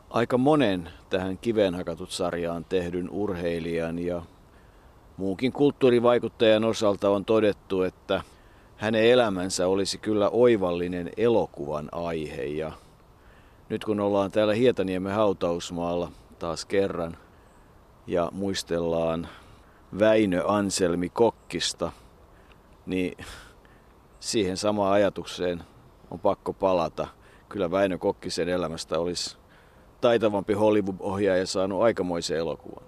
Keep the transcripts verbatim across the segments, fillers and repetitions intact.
aika monen tähän Kiveen hakatut -sarjaan tehdyn urheilijan ja muunkin kulttuurivaikuttajan osalta on todettu, että hänen elämänsä olisi kyllä oivallinen elokuvan aihe. Ja nyt kun ollaan täällä Hietaniemen hautausmaalla taas kerran ja muistellaan Väinö Anselmi Kokkista, niin siihen samaan ajatukseen on pakko palata. Kyllä Väinö Kokkisen elämästä olisi taitavampi Hollywood-ohjaaja saanut aikamoisen elokuvan.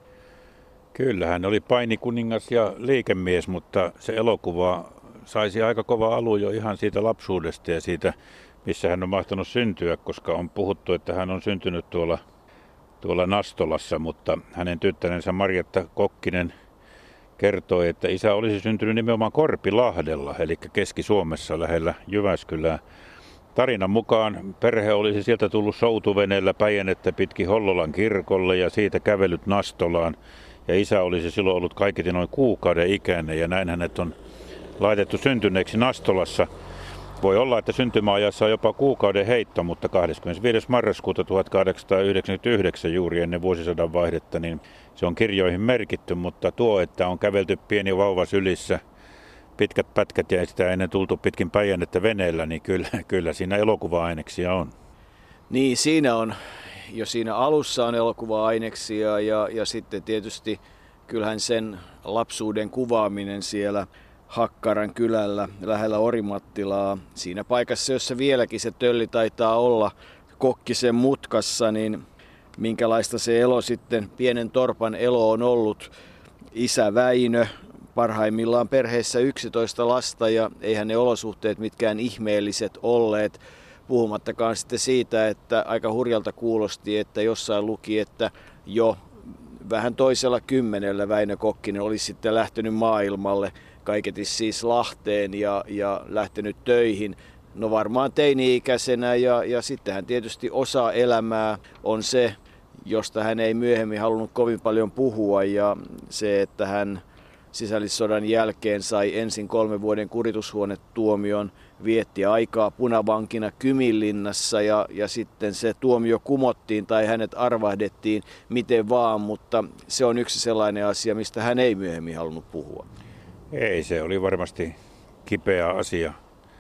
Kyllä, hän oli painikuningas ja liikemies, mutta se elokuva saisi aika kova alun jo ihan siitä lapsuudesta ja siitä, missä hän on mahtanut syntyä, koska on puhuttu, että hän on syntynyt tuolla, tuolla Nastolassa, mutta hänen tyttärensä Marjatta Kokkinen kertoi, että isä olisi syntynyt nimenomaan Korpilahdella, eli Keski-Suomessa lähellä Jyväskylää. Tarinan mukaan perhe olisi sieltä tullut soutuveneellä Päijänettä pitkin Hollolan kirkolle ja siitä kävellyt Nastolaan. Ja isä olisi silloin ollut kaiketi noin kuukauden ikäinen ja näin hänet on laitettu syntyneeksi Nastolassa. Voi olla, että syntymäajassa on jopa kuukauden heitto, mutta kahdeskymmenesviides marraskuuta tuhatkahdeksansataayhdeksänkymmentäyhdeksän juuri ennen vuosisadan vaihdetta, niin se on kirjoihin merkitty, mutta tuo, että on kävelty pieni vauva sylissä pitkät pätkät ja ei sitä ennen tultu pitkin Päijänettä veneellä, niin kyllä, kyllä siinä elokuva-aineksia on. Niin, siinä on. Jo siinä alussa on elokuva-aineksia ja, ja sitten tietysti kyllähän sen lapsuuden kuvaaminen siellä Hakkaran kylällä lähellä Orimattilaa, siinä paikassa, jossa vieläkin se tölli taitaa olla Kokkisen mutkassa, niin minkälaista se elo sitten, pienen torpan elo on ollut. Isä Väinö, parhaimmillaan perheessä yksitoista lasta ja eihän ne olosuhteet mitkään ihmeelliset olleet. Puhumattakaan sitten siitä, että aika hurjalta kuulosti, että jossain luki, että jo vähän toisella kymmenellä Väinö Kokkinen olisi sitten lähtenyt maailmalle, kaiketi siis Lahteen ja, ja lähtenyt töihin. No varmaan teini-ikäisenä ja, ja sittenhän tietysti osa elämää on se, josta hän ei myöhemmin halunnut kovin paljon puhua ja se, että hän sisällissodan jälkeen sai ensin kolmen vuoden kuritushuonetuomion, vietti aikaa punavankina Kyminlinnassa ja, ja sitten se tuomio kumottiin tai hänet arvahdettiin miten vaan, mutta se on yksi sellainen asia, mistä hän ei myöhemmin halunnut puhua. Ei, se oli varmasti kipeä asia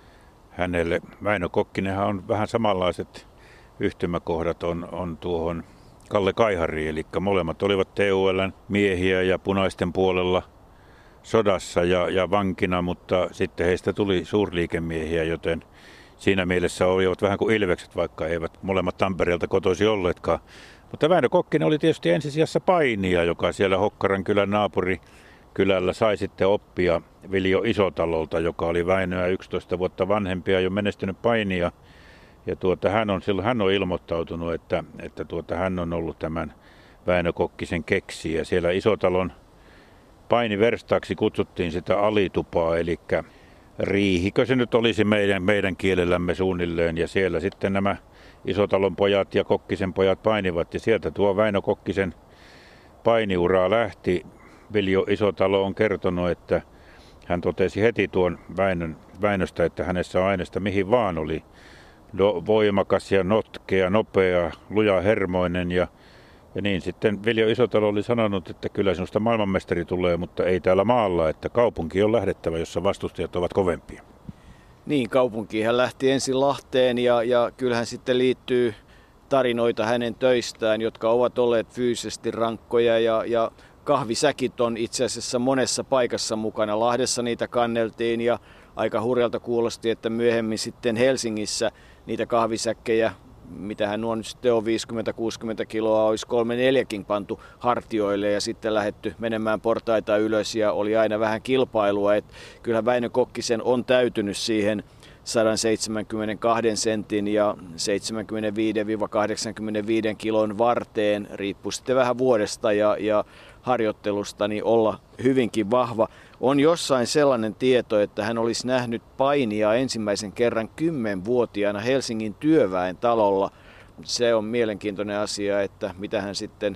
hänelle. Väinö Kokkinenhan on vähän samanlaiset yhtymäkohdat on, on tuohon Kalle Kaihariin, eli molemmat olivat T U L:n miehiä ja punaisten puolella sodassa ja, ja vankina, mutta sitten heistä tuli suurliikemiehiä, joten siinä mielessä olivat vähän kuin ilvekset, vaikka eivät molemmat Tampereelta kotoisin olleetkaan. Mutta Väinö Kokkinen oli tietysti ensisijassa painija, joka siellä Hokkaran kylän naapurikylällä sai sitten oppia Viljo Isotalolta, joka oli Väinöä yksitoista vuotta vanhempi ja jo menestynyt painija. Ja tuota, hän, on, hän on ilmoittautunut, että, että tuota, hän on ollut tämän Väinö Kokkisen keksijä. Siellä Isotalon painiverstaaksi kutsuttiin sitä alitupaa, eli riihikö se nyt olisi meidän, meidän kielellämme suunnilleen. Ja siellä sitten nämä Isotalon pojat ja Kokkisen pojat painivat. Ja sieltä tuo Väinö Kokkisen painiuraa lähti. Viljo Isotalo on kertonut, että hän totesi heti tuon Väinön, Väinöstä, että hänessä on aineesta mihin vaan oli. No, voimakas ja notkea, nopea, lujahermoinen ja, ja niin sitten Viljo Isotalo oli sanonut, että kyllä sinusta maailmanmestari tulee, mutta ei täällä maalla, että kaupunki on lähdettävä, jossa vastustajat ovat kovempia. Niin, kaupunkiin hän lähti ensin Lahteen ja, ja kyllähän sitten liittyy tarinoita hänen töistään, jotka ovat olleet fyysisesti rankkoja ja, ja kahvisäkit on itse asiassa monessa paikassa mukana. Lahdessa niitä kanneltiin ja aika hurjalta kuulosti, että myöhemmin sitten Helsingissä niitä kahvisäkkejä, mitä hän on nyt sitten on viisikymmentä kuusikymmentä kiloa, olisi kolme neljäkin pantu hartioille ja sitten lähdetty menemään portaita ylös ja oli aina vähän kilpailua. Että kyllähän Väinö Kokkisen on täytynyt siihen sata seitsemänkymmentäkaksi sentin ja seitsemänkymmentäviisi kahdeksankymmentäviisi kilon varteen, riippuu sitten vähän vuodesta ja, ja harjoittelusta, niin olla hyvinkin vahva. On jossain sellainen tieto, että hän olisi nähnyt painia ensimmäisen kerran kymmenvuotiaana Helsingin Työväen talolla. Se on mielenkiintoinen asia, että mitä hän sitten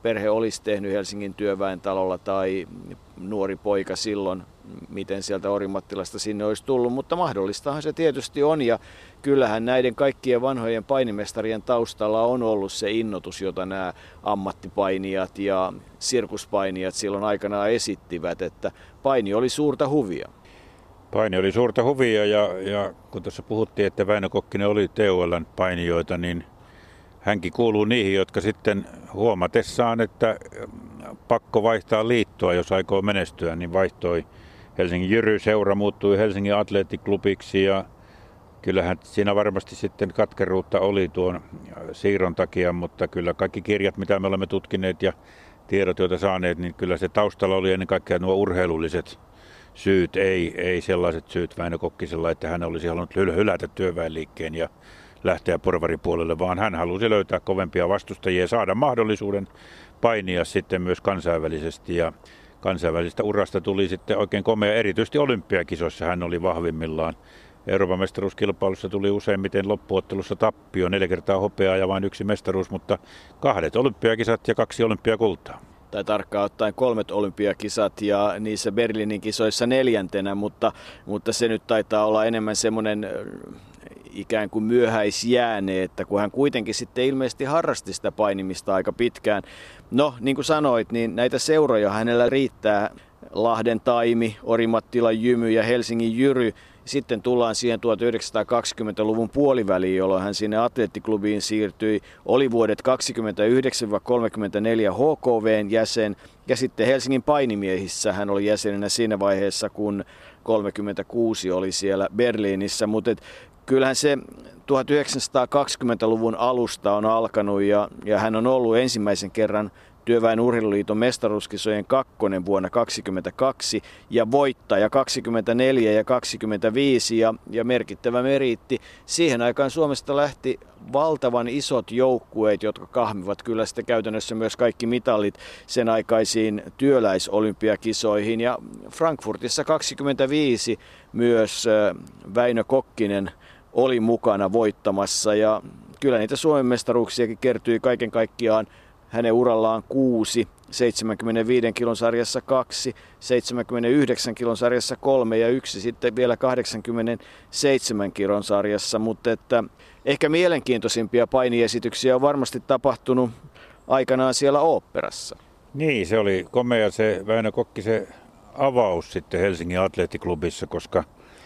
perhe olisi tehnyt Helsingin työväentalolla tai nuori poika silloin, miten sieltä Orimattilasta sinne olisi tullut, mutta mahdollistahan se tietysti on, ja kyllähän näiden kaikkien vanhojen painimestarien taustalla on ollut se innotus, jota nämä ammattipainijat ja sirkuspainijat silloin aikanaan esittivät, että paini oli suurta huvia. Paini oli suurta huvia, ja, ja kun tuossa puhuttiin, että Väinö Kokkinen oli T H L:n painijoita, niin hänkin kuuluu niihin, jotka sitten huomatessaan, että pakko vaihtaa liittoa, jos aikoo menestyä, niin vaihtoi Helsingin Jyry-seura, muuttui Helsingin Atleettiklubiksi, ja kyllähän siinä varmasti sitten katkeruutta oli tuon siirron takia, mutta kyllä kaikki kirjat, mitä me olemme tutkineet ja tiedot, joita saaneet, niin kyllä se taustalla oli ennen kaikkea nuo urheilulliset syyt, ei, ei sellaiset syyt Väinö Kokkisella, että hän olisi halunnut hylätä työväenliikkeen ja lähteä porvaripuolelle, vaan hän halusi löytää kovempia vastustajia ja saada mahdollisuuden painia sitten myös kansainvälisesti, ja kansainvälistä urasta tuli sitten oikein komea, erityisesti olympiakisoissa hän oli vahvimmillaan. Euroopan mestaruuskilpailussa tuli useimmiten loppuottelussa tappio, neljä kertaa hopeaa ja vain yksi mestaruus, mutta kahdet olympiakisat ja kaksi olympiakultaa. Tai tarkkaan ottaen kolmet olympiakisat ja niissä Berliinin kisoissa neljäntenä, mutta, mutta se nyt taitaa olla enemmän semmoinen ikään kuin myöhäisjääne, että kun hän kuitenkin sitten ilmeisesti harrasti sitä painimista aika pitkään. No, niin kuin sanoit, niin näitä seuroja hänellä riittää: Lahden Taimi, Orimattilan Jymy ja Helsingin Jyry. Sitten tullaan siihen tuhatyhdeksänsataakaksikymmentäluvun puoliväliin, jolloin hän sinne atleettiklubiin siirtyi. Oli vuodet kaksikymmentäyhdeksän kolmekymmentäneljä H K V:n jäsen, ja sitten Helsingin painimiehissä hän oli jäsenenä siinä vaiheessa, kun kolmekymmentäkuusi oli siellä Berliinissä. Mutta kyllähän se tuhatyhdeksänsataakaksikymmentäluvun alusta on alkanut, ja, ja hän on ollut ensimmäisen kerran Työväen Urheiluliiton mestaruuskisojen kakkonen vuonna kaksikymmentäkaksi ja voittaja kaksikymmentäneljä ja kaksikymmentäviisi, ja, ja merkittävä meriitti. Siihen aikaan Suomesta lähti valtavan isot joukkueet, jotka kahmivat kyllä sitten käytännössä myös kaikki mitallit sen aikaisiin työläisolympiakisoihin, ja Frankfurtissa kaksikymmentäviisi myös Väinö Kokkinen oli mukana voittamassa, ja kyllä niitä Suomen mestaruuksiakin kertyi kaiken kaikkiaan hänen urallaan kuusi, seitsemänkymmentäviiden kilon sarjassa kaksi, seitsemänkymmentäyhdeksän kilon sarjassa kolme ja yksi sitten vielä kahdeksankymmentäseitsemän kilon sarjassa, mutta että ehkä mielenkiintoisimpia painiesityksiä on varmasti tapahtunut aikanaan siellä oopperassa. Niin, se oli komea se Väinö Kokkisen avaus sitten Helsingin Atleettiklubissa, koska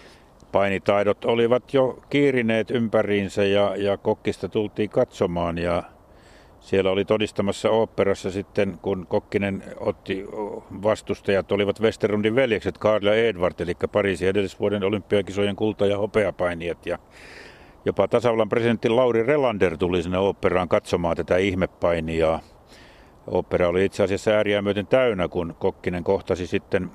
painitaidot olivat jo kiirineet ympäriinsä, ja, ja Kokkista tultiin katsomaan, ja siellä oli todistamassa oopperassa sitten, kun Kokkinen otti vastustajat, olivat Westerlundin veljekset Karl ja Edvard, eli Pariisin edellisvuoden olympiakisojen kulta- ja hopeapainijat. Ja jopa tasavallan presidentti Lauri Relander tuli sinne oopperaan katsomaan tätä ihmepainijaa. Ooppera oli itse asiassa ääriä myöten täynnä, kun Kokkinen kohtasi sitten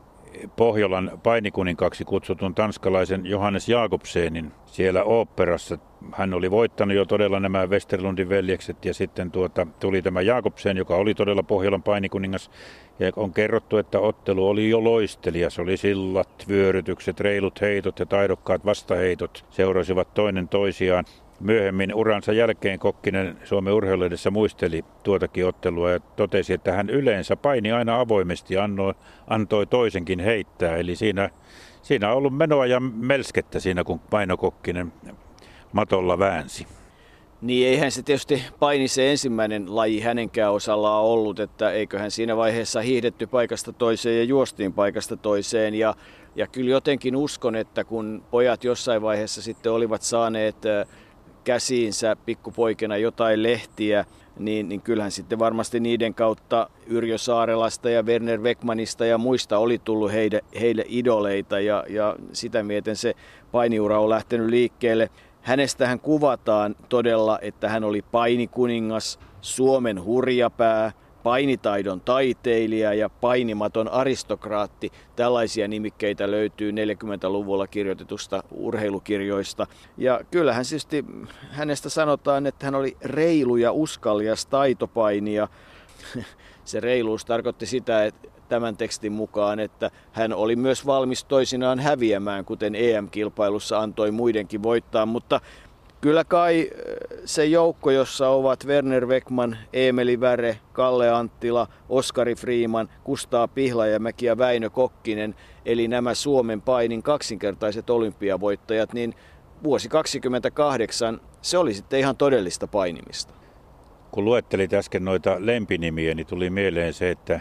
Pohjolan painikuninkaksi kutsutun tanskalaisen Johannes Jakobsenin siellä oopperassa. Hän oli voittanut jo todella nämä Westerlundin veljekset, ja sitten tuota, tuli tämä Jakobsen, joka oli todella Pohjolan painikuningas. Ja on kerrottu, että ottelu oli jo loistelias. Oli sillat, vyörytykset, reilut heitot ja taidokkaat vastaheitot seurasivat toinen toisiaan. Myöhemmin uransa jälkeen Kokkinen Suomen Urheilulehdessä muisteli tuotakin ottelua ja totesi, että hän yleensä paini aina avoimesti ja antoi, antoi toisenkin heittää. Eli siinä, siinä on ollut menoa ja melskettä siinä, kun Väinö Kokkinen matolla väänsi. Niin eihän se tietysti paini se ensimmäinen laji hänenkään osallaan ollut, että eiköhän siinä vaiheessa hiihdetty paikasta toiseen ja juostiin paikasta toiseen. Ja, ja kyllä jotenkin uskon, että kun pojat jossain vaiheessa sitten olivat saaneet käsiinsä pikkupoikena jotain lehtiä, niin, niin kyllähän sitten varmasti niiden kautta Yrjö Saarelasta ja Werner Beckmanista ja muista oli tullut heille, heille idoleita, ja, ja sitä myöten se painiura on lähtenyt liikkeelle. Hänestähän kuvataan todella, että hän oli painikuningas, Suomen hurjapää, painitaidon taiteilija ja painimaton aristokraatti. Tällaisia nimikkeitä löytyy neljäkymmentäluvulla kirjoitetusta urheilukirjoista. Ja kyllähän siis hänestä sanotaan, että hän oli reilu ja uskallias taitopainija. Se reiluus tarkoitti sitä, että tämän tekstin mukaan, että hän oli myös valmis toisinaan häviämään, kuten E M-kilpailussa antoi muidenkin voittaa, mutta kyllä kai se joukko, jossa ovat Werner Weckman, Eemeli Väre, Kalle Anttila, Oskari Freeman, Kustaa Pihlajamäki ja Väinö Kokkinen, eli nämä Suomen painin kaksinkertaiset olympiavoittajat, niin vuosi kaksikymmentäkahdeksan se oli sitten ihan todellista painimista. Kun luettelit äsken noita lempinimiä, niin tuli mieleen se, että,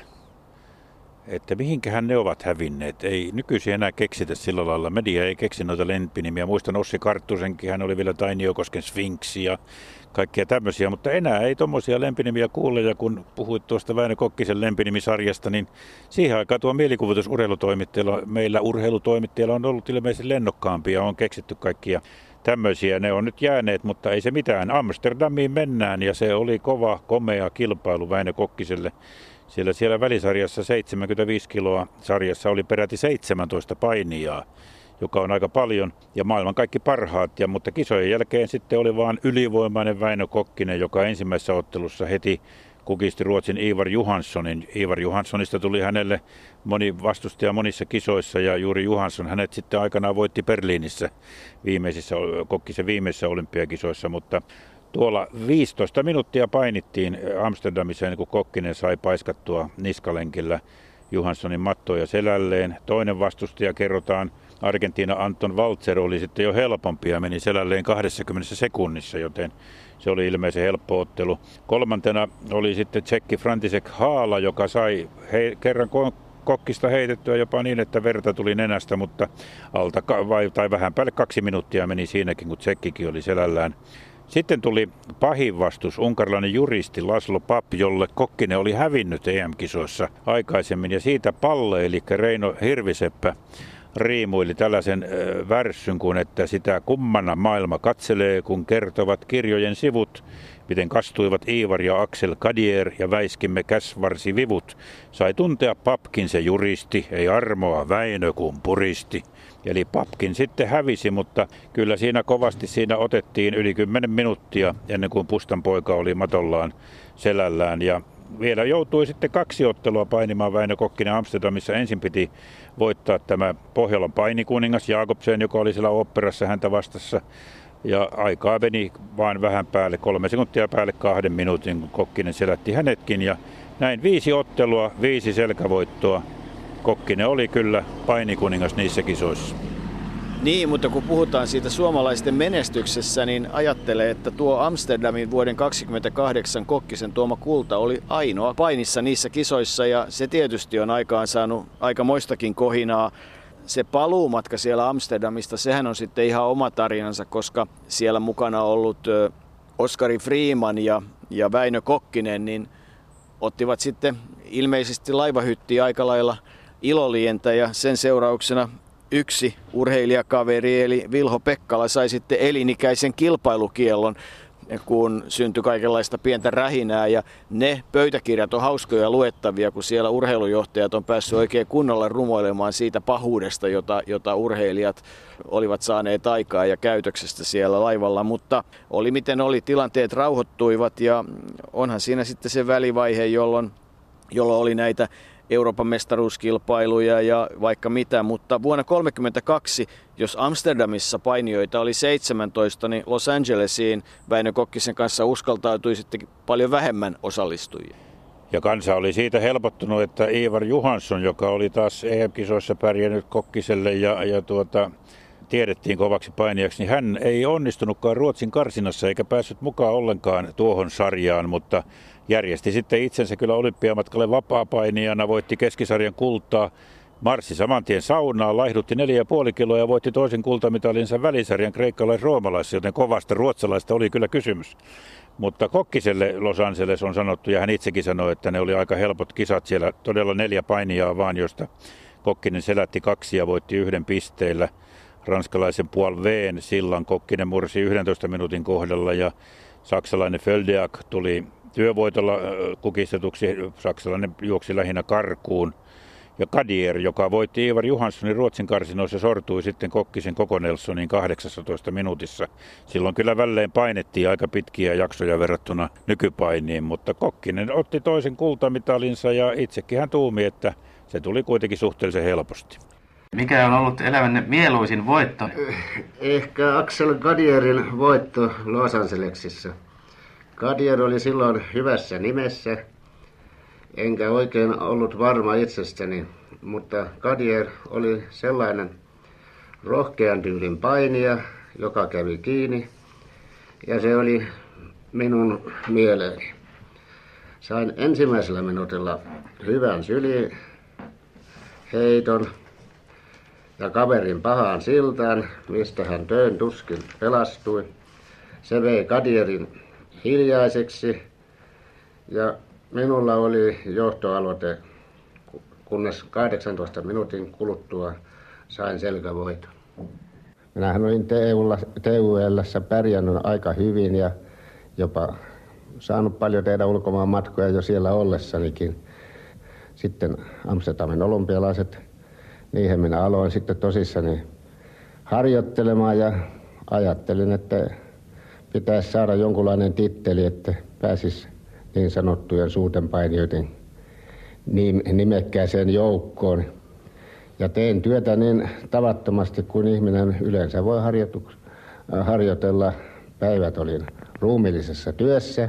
että mihinkähän ne ovat hävinneet. Ei nykyisin enää keksitä sillä lailla. Media ei keksi noita lempinimiä. Muistan Ossi Karttusenkin, hän oli vielä Tainiokosken Sfinksi ja kaikkia tämmöisiä, mutta enää ei tommosia lempinimiä kuule. Ja kun puhuit tuosta Väinö Kokkisen lempinimisarjasta, niin siihen aikaan tuo mielikuvitus urheilutoimittajilla, meillä urheilutoimittajilla on ollut ilmeisesti lennokkaampia, on keksitty kaikkia tämmöisiä. Ne on nyt jääneet, mutta ei se mitään. Amsterdamiin mennään ja se oli kova, komea kilpailu Väinö Kokkiselle. Siellä, siellä välisarjassa seitsemänkymmentäviisi kiloa sarjassa oli peräti seitsemäntoista painijaa, joka on aika paljon, ja maailman kaikki parhaat. Ja, mutta kisojen jälkeen sitten oli vaan ylivoimainen Väinö Kokkinen, joka ensimmäisessä ottelussa heti kukisti Ruotsin Ivar Johanssonin. Ivar Johanssonista tuli hänelle moni vastustaja monissa kisoissa, ja juuri Johansson hänet sitten aikanaan voitti Berliinissä viimeisissä, Kokkisen viimeisissä olympiakisoissa, mutta tuolla viisitoista minuuttia painittiin Amsterdamissa, kun Kokkinen sai paiskattua niskalenkillä Johanssonin mattoja selälleen. Toinen vastustaja, kerrotaan, Argentiina Anton Waltzer, oli sitten jo helpompi ja meni selälleen kaksikymmentä sekunnissa, joten se oli ilmeisen helppo ottelu. Kolmantena oli sitten tsekki František Haala, joka sai he, kerran Kokkista heitettyä jopa niin, että verta tuli nenästä, mutta alta vai, tai vähän päälle kaksi minuuttia meni siinäkin, kun tsekkikin oli selällään. Sitten tuli pahin vastus, unkarilainen juristi Laszlo Papp, jolle Kokkinen oli hävinnyt E M-kisoissa aikaisemmin, ja siitä Palle, eli Reino Hirviseppä, riimuili tällaisen äh, värssyn kuin, että sitä kummana maailma katselee, kun kertovat kirjojen sivut, miten kastuivat Ivar ja Axel Kadier ja väiskimme käsvarsi vivut. Sai tuntea Papkin se juristi, ei armoa Väinö kun puristi. Eli Papkin sitten hävisi, mutta kyllä siinä kovasti siinä otettiin yli kymmenen minuuttia ennen kuin Pustan poika oli matollaan selällään. Ja vielä joutui sitten kaksi ottelua painimaan Väinö Kokkinen Amsterdamissa. Ensin piti voittaa tämä Pohjolan painikuningas Jakobsen, joka oli siellä oopperassa häntä vastassa. Ja aikaa meni vain vähän päälle, kolme sekuntia päälle kahden minuutin, kun Kokkinen selätti hänetkin. Ja näin viisi ottelua, viisi selkävoittoa. Kokkinen oli kyllä painikuningas niissä kisoissa. Niin, mutta kun puhutaan siitä suomalaisten menestyksessä, niin ajattelee, että tuo Amsterdamin vuoden kaksikymmentäkahdeksan Kokkisen tuoma kulta oli ainoa painissa niissä kisoissa, ja se tietysti on aikaan saanut aikamoistakin kohinaa. Se paluumatka siellä Amsterdamista, sehän on sitten ihan oma tarinansa, koska siellä mukana ollut Oskari Freeman ja, ja Väinö Kokkinen, niin ottivat sitten ilmeisesti laivahyttiä aika lailla ilolientä, ja sen seurauksena yksi urheilijakaveri eli Vilho Pekkala sai sitten elinikäisen kilpailukiellon, kun syntyi kaikenlaista pientä rähinää, ja ne pöytäkirjat on hauskoja luettavia, kun siellä urheilujohtajat on päässyt oikein kunnolla rumoilemaan siitä pahuudesta, jota, jota urheilijat olivat saaneet aikaa ja käytöksestä siellä laivalla, mutta oli miten oli, tilanteet rauhoittuivat, ja onhan siinä sitten se välivaihe, jolloin, jolloin oli näitä Euroopan mestaruuskilpailuja ja vaikka mitä, mutta vuonna tuhatyhdeksänsataakolmekymmentäkaksi, jos Amsterdamissa painijoita oli seitsemäntoista, niin Los Angelesiin Väinö Kokkisen kanssa uskaltautui sitten paljon vähemmän osallistujia. Ja kansa oli siitä helpottunut, että Ivar Johansson, joka oli taas E M-kisoissa pärjännyt Kokkiselle ja, ja tuota, tiedettiin kovaksi painijaksi, niin hän ei onnistunutkaan Ruotsin karsinassa eikä päässyt mukaan ollenkaan tuohon sarjaan, mutta järjesti sitten itsensä kyllä olympiamatkalle vapaapainijana, voitti keskisarjan kultaa, marssi saman tien saunaan, laihdutti neljä ja puoli kiloa ja voitti toisen kultamitalinsa välisarjan kreikkalais-roomalaisessa, joten kovasta ruotsalaista oli kyllä kysymys. Mutta Kokkiselle Los Angeles on sanottu, ja hän itsekin sanoi, että ne oli aika helpot kisat siellä, todella neljä painijaa vaan, josta Kokkinen selätti kaksi ja voitti yhden pisteellä. Ranskalaisen Paul Veen sillan Kokkinen mursi yhdentoista minuutin kohdalla, ja saksalainen Földeak tuli työvoitolla kukistetuksi, saksalainen juoksi lähinnä karkuun. Ja Kadier, joka voitti Ivar Johanssonin Ruotsin karsinoissa, sortui sitten Kokkisen Koko Nelsonin kahdeksannessatoista minuutissa. Silloin kyllä välein painettiin aika pitkiä jaksoja verrattuna nykypainiin, mutta Kokkinen otti toisen kultamitalinsa ja itsekin hän tuumi, että se tuli kuitenkin suhteellisen helposti. Mikä on ollut elämänne mieluisin voitto? Ehkä Axel Gadierin voitto Los Angelesissa. Gadier oli silloin hyvässä nimessä, enkä oikein ollut varma itsestäni, mutta Gadier oli sellainen rohkean tyylin painija, joka kävi kiinni, ja se oli minun mieleeni. Sain ensimmäisellä minuutilla hyvän syliheiton ja kaverin pahaan siltaan, mistä hän töön tuskin pelastui. Se vei Gadierin hiljaiseksi ja minulla oli johtoaloite, kunnes kahdeksantoista minuutin kuluttua sain selkävoiton. Minähän olin T U L:ssä pärjännyt aika hyvin ja jopa saanut paljon tehdä ulkomaan matkoja jo siellä ollessanikin. Sitten Amsterdamin olympialaiset, niihin minä aloin sitten tosissani harjoittelemaan ja ajattelin, että pitäisi saada jonkunlainen titteli, että pääsisi niin sanottujen suurten painijoiden nimekkääseen joukkoon. Ja tein työtä niin tavattomasti kuin ihminen yleensä voi harjoitella. Päivät olin ruumiillisessa työssä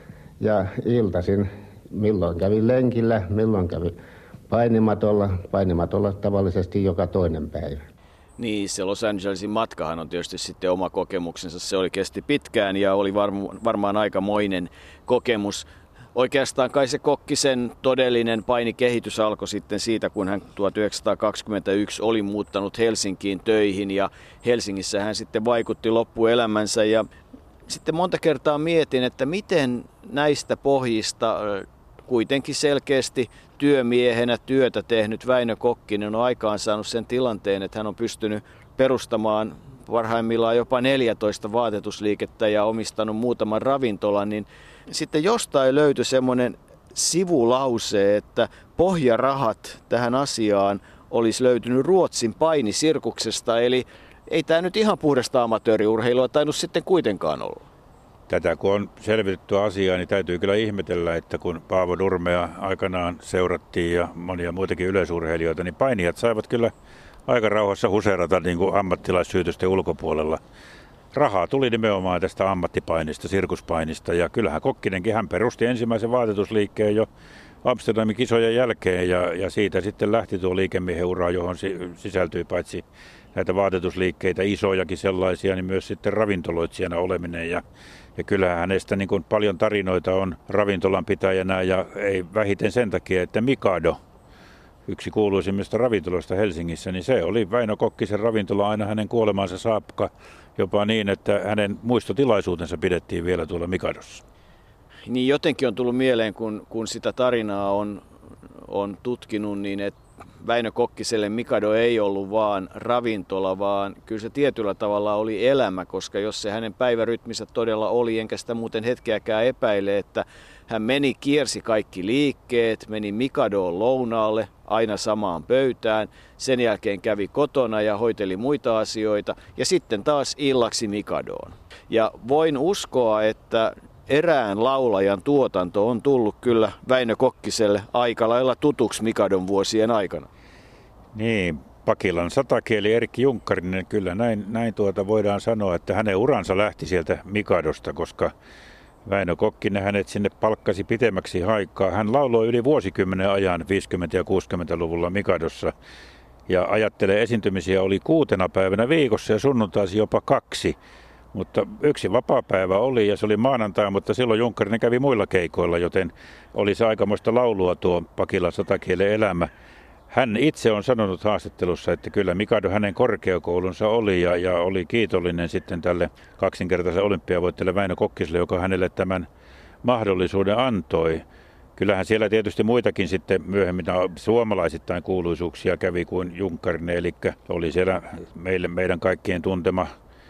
ja iltaisin milloin kävin lenkillä, milloin kävin painimatolla, painimatolla tavallisesti joka toinen päivä. Niin, se Los Angelesin matkahan on tietysti sitten oma kokemuksensa. Se oli kesti pitkään ja oli varma, varmaan aikamoinen kokemus. Oikeastaan kai se Kokkisen todellinen painikehitys alkoi sitten siitä, kun hän tuhatyhdeksänsataakaksikymmentäyksi oli muuttanut Helsinkiin töihin ja Helsingissä hän sitten vaikutti loppuelämänsä. Ja sitten monta kertaa mietin, että miten näistä pohjista kuitenkin selkeästi työmiehenä työtä tehnyt Väinö Kokkinen on aikaan saanut sen tilanteen, että hän on pystynyt perustamaan parhaimmillaan jopa neljätoista vaatetusliikettä ja omistanut muutaman ravintolan, niin sitten jostain löytyi semmoinen sivulause, että pohjarahat tähän asiaan olisi löytynyt Ruotsin painisirkuksesta, eli ei tämä nyt ihan puhdasta amatööriurheilua tainnut sitten kuitenkaan olla. Tätä kun on selvitetty asiaa, niin täytyy kyllä ihmetellä, että kun Paavo Nurmea aikanaan seurattiin ja monia muitakin yleisurheilijoita, niin painijat saivat kyllä aika rauhassa huseerata niin kuin ammattilaissyytösten ulkopuolella. Rahaa tuli nimenomaan tästä ammattipainista, sirkuspainista, ja kyllähän Kokkinenkin, hän perusti ensimmäisen vaatetusliikkeen jo Amsterdamin kisojen jälkeen, ja, ja siitä sitten lähti tuo liikemiehen ura, johon sisältyi paitsi näitä vaatetusliikkeitä, isojakin sellaisia, niin myös sitten ravintoloitsijana oleminen, ja, ja kyllähän hänestä niin kuin paljon tarinoita on ravintolan pitäjänä, ja ei vähiten sen takia, että Mikado, yksi kuuluisimmista ravintoloista Helsingissä, niin se oli Väinö Kokkisen ravintola aina hänen kuolemansa saakka, jopa niin, että hänen muistotilaisuutensa pidettiin vielä tuolla Mikadossa. Niin jotenkin on tullut mieleen, kun, kun sitä tarinaa on, on tutkinut, niin että Väinö Kokkiselle Mikado ei ollut vaan ravintola, vaan kyllä se tietyllä tavalla oli elämä, koska jos se hänen päivärytminsä todella oli, enkä sitä muuten hetkeäkään epäile, että hän meni, kiersi kaikki liikkeet, meni Mikadoon lounaalle, aina samaan pöytään, sen jälkeen kävi kotona ja hoiteli muita asioita ja sitten taas illaksi Mikadoon. Ja voin uskoa, että erään laulajan tuotanto on tullut kyllä Väinö Kokkiselle aika lailla tutuksi Mikadon vuosien aikana. Niin, Pakilan satakieli Erkki Junkkarinen, kyllä näin, näin tuota voidaan sanoa, että hänen uransa lähti sieltä Mikadosta, koska Väinö Kokkinen hänet sinne palkkasi pitemmäksi aikaa. Hän lauloi yli vuosikymmenen ajan viisikymmentä- ja kuusikymmentäluvulla Mikadossa ja ajattelee esiintymisiä oli kuutena päivänä viikossa ja sunnuntaisin jopa kaksi. Mutta yksi vapaapäivä oli ja se oli maanantai, mutta silloin Junkkarinen kävi muilla keikoilla, joten oli se aikamoista laulua tuo Pakilan satakielen elämä. Hän itse on sanonut haastattelussa, että kyllä Mikado hänen korkeakoulunsa oli ja, ja oli kiitollinen sitten tälle kaksinkertaisen olympiavoittajalle Väinö Kokkiselle, joka hänelle tämän mahdollisuuden antoi. Kyllähän siellä tietysti muitakin sitten myöhemmin suomalaisittain kuuluisuuksia kävi kuin Junkkarinen, eli oli siellä meille, meidän kaikkien tuntema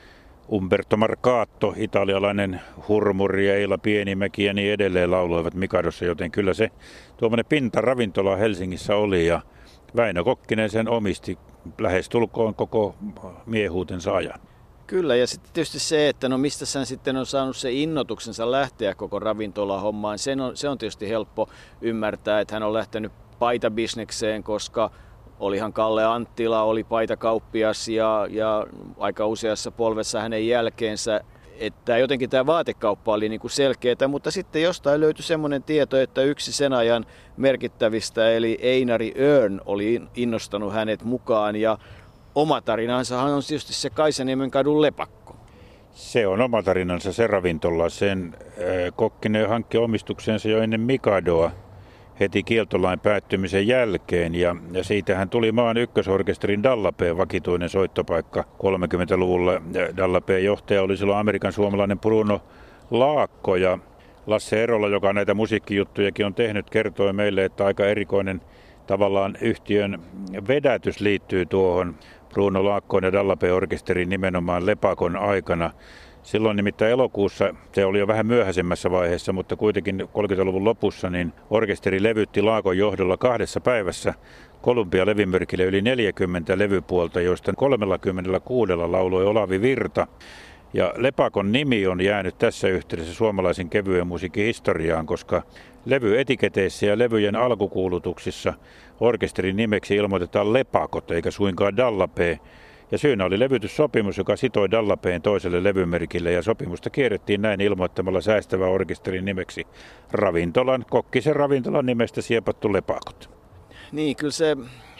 Umberto Marcato, italialainen hurmuri ja Eila Pienimäki ja niin edelleen lauloivat Mikadossa, joten kyllä se tuommoinen pintaravintola Helsingissä oli ja Väinö Kokkinen sen omisti lähestulkoon koko miehuutensa ajan. Kyllä, ja sitten tietysti se, että no mistä hän sitten on saanut se innotuksensa lähteä koko ravintolahommaan, sen on, se on tietysti helppo ymmärtää, että hän on lähtenyt paitabisnekseen, koska olihan Kalle Anttila, oli paitakauppias ja, ja aika useassa polvessa hänen jälkeensä. Että jotenkin tämä vaatekauppa oli niin kuin selkeää, mutta sitten jostain löytyi semmoinen tieto, että yksi sen ajan merkittävistä, eli Einari Örn, oli innostanut hänet mukaan. Ja oma tarinansahan on tietysti se Kaisaniemen kadun lepakko. Se on oma tarinansa se ravintola. Sen äh, Kokkinen hankki omistukseensa jo ennen Mikadoa heti kieltolain päättymisen jälkeen. Ja, ja siitähän tuli maan ykkösorkesterin Dallapeen vakituinen soittopaikka kolmekymmentäluvulla. Dallapeen johtaja oli silloin Amerikan suomalainen Bruno Laakko. Ja Lasse Erola, joka näitä musiikkijuttujakin on tehnyt, kertoi meille, että aika erikoinen tavallaan yhtiön vedätys liittyy tuohon Bruno Laakkoon ja Dallapeen orkesterin nimenomaan lepakon aikana. Silloin nimittäin elokuussa, se oli jo vähän myöhäisemmässä vaiheessa, mutta kuitenkin kolmekymmentäluvun lopussa, niin orkesteri levytti Laakon johdolla kahdessa päivässä Columbia-levymyrkille yli neljäkymmentä levypuolta, joista kolmekymmentäkuusi lauloi Olavi Virta. Ja lepakon nimi on jäänyt tässä yhteydessä suomalaisen kevyen musiikin historiaan, koska levyetiketeissä ja levyjen alkukuulutuksissa orkesterin nimeksi ilmoitetaan lepakot eikä suinkaan Dallapee. Ja syynä oli levytyssopimus, joka sitoi Dallapeen toiselle levymerkille, ja sopimusta kierrettiin näin ilmoittamalla säästävä orkesterin nimeksi ravintolan, Kokkisen ravintolan nimestä siepattu lepakot. Niin, kyllä se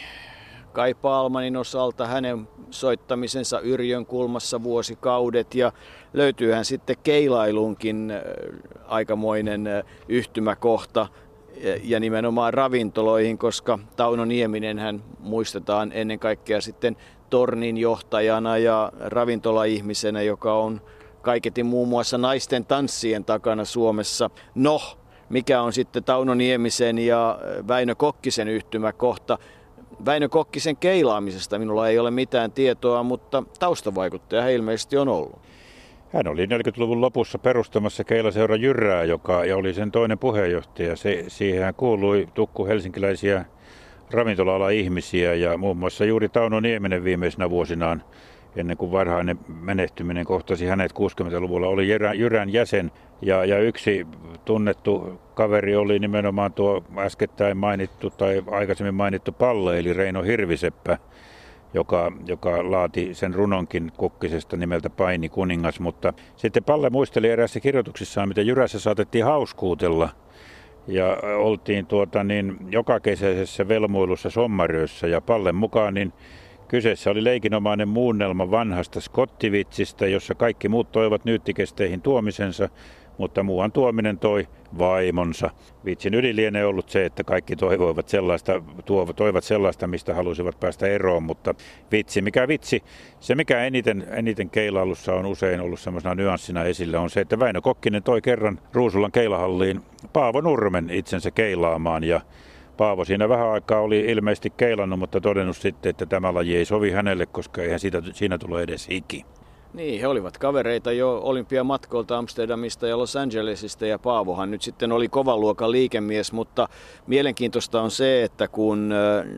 Kai Palmanin osalta hänen soittamisensa Yrjön kulmassa vuosikaudet, ja löytyyhän sitten keilailunkin aikamoinen yhtymäkohta ja nimenomaan ravintoloihin, koska Tauno Nieminen hän muistetaan ennen kaikkea sitten tornin johtajana ja ravintolaihmisenä, joka on kaiketi muun muassa naisten tanssien takana Suomessa. No, mikä on sitten Tauno Niemisen ja Väinö Kokkisen yhtymäkohta? Väinö Kokkisen keilaamisesta minulla ei ole mitään tietoa, mutta taustavaikuttaja ilmeisesti on ollut. Hän oli neljäkymmentäluvun lopussa perustamassa Keilaseura Jyrää, joka ja oli sen toinen puheenjohtaja. Se, siihen kuului tukku helsinkiläisiä ravintola-alan ihmisiä ja muun muassa juuri Tauno Nieminen viimeisenä vuosinaan, ennen kuin varhainen menehtyminen kohtasi hänet kuusikymmentäluvulla, oli Jyrän, Jyrän jäsen. Ja, ja yksi tunnettu kaveri oli nimenomaan tuo äskettäin mainittu tai aikaisemmin mainittu Palle, eli Reino Hirviseppä, joka, joka laati sen runonkin Kokkisesta nimeltä Paini kuningas. Mutta sitten Palle muisteli eräässä kirjoituksissaan, miten Jyrässä saatettiin hauskuutella. Ja oltiin tuota niin jokakesäisessä velmuilussa sommaröissä, ja Pallen mukaan niin kyseessä oli leikinomainen muunnelma vanhasta skottivitsistä, jossa kaikki muut toivat nyyttikesteihin tuomisensa, mutta muuan tuominen toi vaimonsa. Vitsin ydin lienee ollut se, että kaikki toivoivat sellaista, toivat sellaista, mistä halusivat päästä eroon, mutta vitsi, mikä vitsi. Se, mikä eniten, eniten keilailussa on usein ollut semmoisena nyanssina esillä, on se, että Väinö Kokkinen toi kerran Ruusulan keilahalliin Paavo Nurmen itsensä keilaamaan, ja Paavo siinä vähän aikaa oli ilmeisesti keilannut, mutta todennut sitten, että tämä laji ei sovi hänelle, koska eihän siitä, siinä tule edes hiki. Niin, he olivat kavereita jo olympiamatkoilta Amsterdamista ja Los Angelesista, ja Paavohan nyt sitten oli kovan luokan liikemies, mutta mielenkiintoista on se, että kun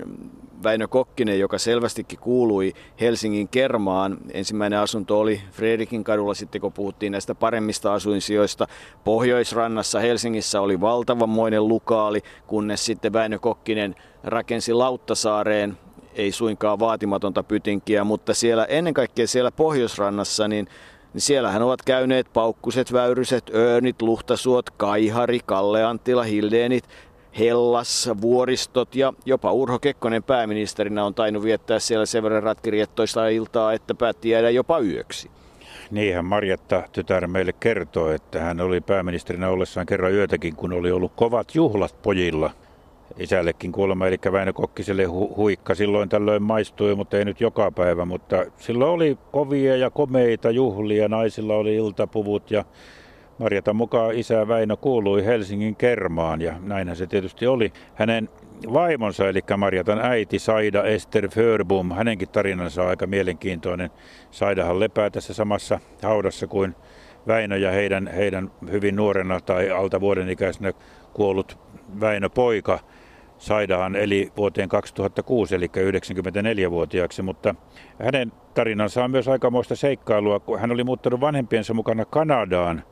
Väinö Kokkinen, joka selvästikin kuului Helsingin kermaan, ensimmäinen asunto oli Fredrikin kadulla, sitten kun puhuttiin näistä paremmista asuinsijoista, Pohjoisrannassa Helsingissä oli valtavanmoinen lukaali, kunnes sitten Väinö Kokkinen rakensi Lauttasaareen, ei suinkaan vaatimatonta pytinkiä, mutta siellä ennen kaikkea siellä Pohjoisrannassa, niin, niin siellähän ovat käyneet Paukkuset, Väyryset, Örnit, Luhtasuot, Kaihari, Kalle Anttila, Hildeenit, Hellas, Vuoristot ja jopa Urho Kekkonen pääministerinä on tainnut viettää siellä sen verran ratkiriettoista iltaa, että päätti jäädä jopa yöksi. Niinhän Marjatta tytär meille kertoi, että hän oli pääministerinä ollessaan kerran yötäkin, kun oli ollut kovat juhlat pojilla. Isällekin kuulemma, eli Väinö Kokkiselle hu- huikka silloin tällöin maistui, mutta ei nyt joka päivä. Mutta silloin oli kovia ja komeita juhlia, naisilla oli iltapuvut, ja Marjatan mukaan isä Väinö kuului Helsingin kermaan, ja näinhän se tietysti oli. Hänen vaimonsa, eli Marjatan äiti Saida Ester Förbom, hänenkin tarinansa on aika mielenkiintoinen. Saidahan lepää tässä samassa haudassa kuin Väinö ja heidän, heidän hyvin nuorena tai alta vuoden ikäisenä kuollut Väinö poika. Saidahan eli vuoteen kaksituhattakuusi, eli yhdeksänkymmentäneljävuotiaaksi, mutta hänen tarinansa on myös aikamoista seikkailua, kun hän oli muuttanut vanhempiensa mukana Kanadaan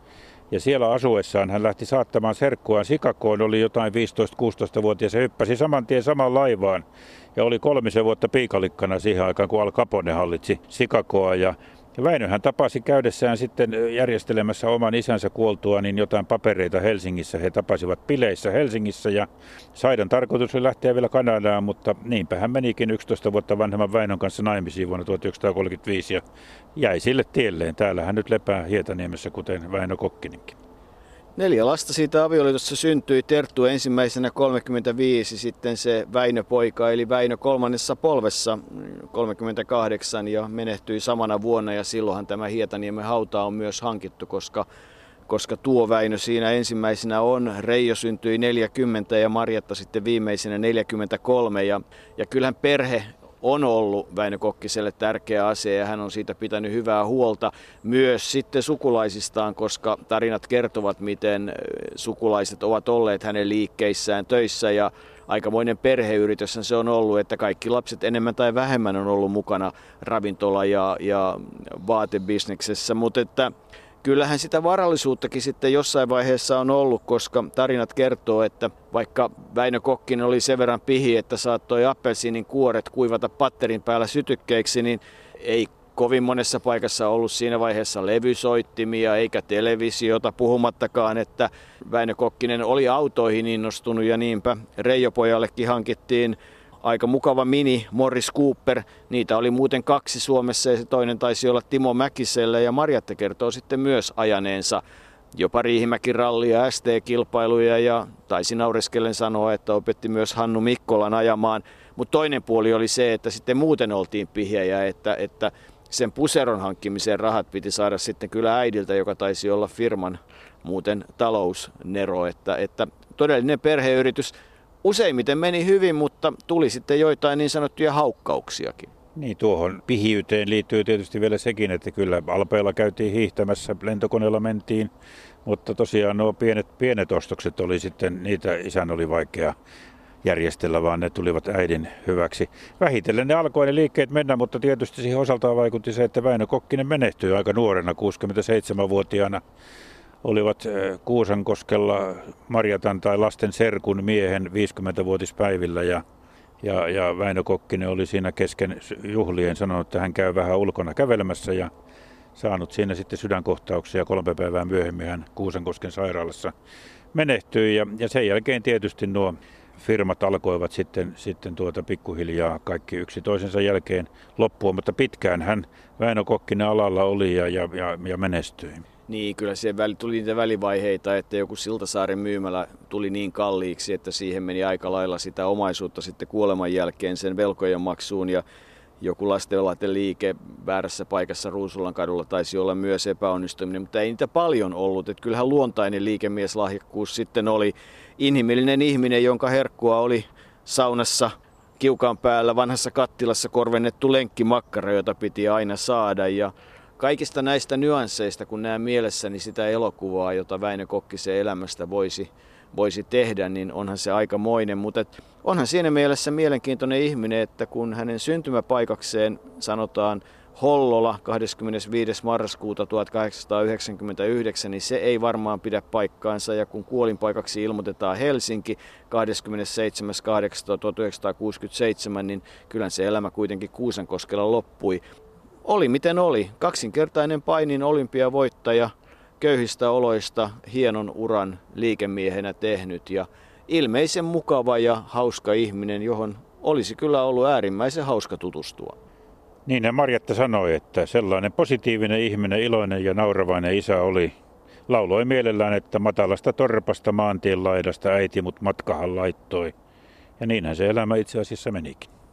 Ja siellä asuessaan hän lähti saattamaan serkkuaan Chicagoon, oli jotain viisitoista-kuusitoista-vuotias ja hyppäsi saman tien samaan laivaan. Ja oli kolmisen vuotta piikalikkana siihen aikaan, kun Al Capone hallitsi Chicagoa. Ja Väinöhän tapasi käydessään sitten järjestelemässä oman isänsä kuoltua niin jotain papereita Helsingissä. He tapasivat bileissä Helsingissä ja Saidan tarkoitus oli lähteä vielä Kanadaan, mutta niinpä hän menikin yksitoista vuotta vanhemman Väinön kanssa naimisiin vuonna tuhatyhdeksänsataakolmekymmentäviisi ja jäi sille tielleen. Täällä hän nyt lepää Hietaniemessä, kuten Väinö Kokkinenkin. Neljä lasta siitä avioliitossa syntyi. Terttu ensimmäisenä kolmekymmentäviisi, sitten se Väinö poika eli Väinö kolmannessa polvessa kolmekymmentäkahdeksan ja menehtyi samana vuonna ja silloinhan tämä Hietaniemen hauta on myös hankittu, koska, koska tuo Väinö siinä ensimmäisenä on. Reijo syntyi neljäkymmentä ja Marjatta sitten viimeisenä neljäkymmentäkolme ja, ja kyllähän perhe on ollut Väinö Kokkiselle tärkeä asia ja hän on siitä pitänyt hyvää huolta myös sitten sukulaisistaan, koska tarinat kertovat, miten sukulaiset ovat olleet hänen liikkeissään töissä ja aikamoinen perheyritys se on ollut, että kaikki lapset enemmän tai vähemmän on ollut mukana ravintola- ja, ja vaatebisneksessä, mutta että kyllähän sitä varallisuuttakin sitten jossain vaiheessa on ollut, koska tarinat kertoo, että vaikka Väinö Kokkinen oli sen verran pihi, että saattoi appelsiinin kuoret kuivata patterin päällä sytykkeiksi, niin ei kovin monessa paikassa ollut siinä vaiheessa levysoittimia eikä televisiota, puhumattakaan, että Väinö Kokkinen oli autoihin innostunut ja niinpä Reijo-pojallekin hankittiin aika mukava mini Morris Cooper. Niitä oli muuten kaksi Suomessa ja se toinen taisi olla Timo Mäkiselle ja Marjatta kertoo sitten myös ajaneensa jopa Riihimäki-rallia, S T-kilpailuja ja taisi naureskellen sanoa, että opetti myös Hannu Mikkolan ajamaan. Mutta toinen puoli oli se, että sitten muuten oltiin pihiä, että, että sen puseron hankkimiseen rahat piti saada sitten kyllä äidiltä, joka taisi olla firman muuten talousnero, että, että todellinen perheyritys. Useimmiten meni hyvin, mutta tuli sitten joitain niin sanottuja haukkauksiakin. Niin, tuohon pihiyteen liittyy tietysti vielä sekin, että kyllä Alpeilla käytiin hiihtämässä, lentokoneella mentiin, mutta tosiaan nuo pienet, pienet ostokset oli sitten, niitä isän oli vaikea järjestellä, vaan ne tulivat äidin hyväksi. Vähitellen ne alkoi ne liikkeet mennä, mutta tietysti siihen osaltaan vaikutti se, että Väinö Kokkinen menehtyi aika nuorena, kuusikymmentäseitsemänvuotiaana. Olivat Kuusankoskella Marjatan tai lasten serkun miehen viisikymmentävuotispäivillä ja, ja, ja Väinö Kokkinen oli siinä kesken juhlien sanonut, että hän käy vähän ulkona kävelemässä ja saanut siinä sitten sydänkohtauksia. Kolme päivää myöhemmin hän Kuusankosken sairaalassa menehtyi ja, ja sen jälkeen tietysti nuo firmat alkoivat sitten, sitten tuota pikkuhiljaa kaikki yksi toisensa jälkeen loppua, mutta pitkään hän Väinö Kokkinen alalla oli ja, ja, ja, ja menestyi. Niin, kyllä siihen väli, tuli niitä välivaiheita, että joku Siltasaaren myymälä tuli niin kalliiksi, että siihen meni aika lailla sitä omaisuutta sitten kuoleman jälkeen sen velkojen maksuun. Ja joku lastenlasten liike väärässä paikassa Ruusulan kadulla taisi olla myös epäonnistuminen, mutta ei niitä paljon ollut. Että kyllähän luontainen liikemieslahjakkuus sitten oli inhimillinen ihminen, jonka herkkua oli saunassa kiukaan päällä vanhassa kattilassa korvennettu lenkkimakkara, jota piti aina saada. Ja kaikista näistä nyansseista, kun näen mielessäni sitä elokuvaa, jota Väinö Kokkisen elämästä voisi, voisi tehdä, niin onhan se aikamoinen. Mutta onhan siinä mielessä mielenkiintoinen ihminen, että kun hänen syntymäpaikakseen sanotaan Hollola kahdeskymmenesviides marraskuuta tuhatkahdeksansataayhdeksänkymmentäyhdeksän, niin se ei varmaan pidä paikkaansa. Ja kun kuolinpaikaksi ilmoitetaan Helsinki kahdeskymmenesseitsemäs kahdeksatta tuhatyhdeksänsataakuusikymmentäseitsemän, niin kyllä se elämä kuitenkin Kuusankoskella loppui. Oli miten oli. Kaksinkertainen painin olympiavoittaja, köyhistä oloista hienon uran liikemiehenä tehnyt ja ilmeisen mukava ja hauska ihminen, johon olisi kyllä ollut äärimmäisen hauska tutustua. Niin ja Marjatta sanoi, että sellainen positiivinen ihminen, iloinen ja nauravainen isä oli. Lauloi mielellään, että matalasta torpasta maantien laidasta äiti mut matkahan laittoi. Ja niinhän se elämä itse asiassa menikin.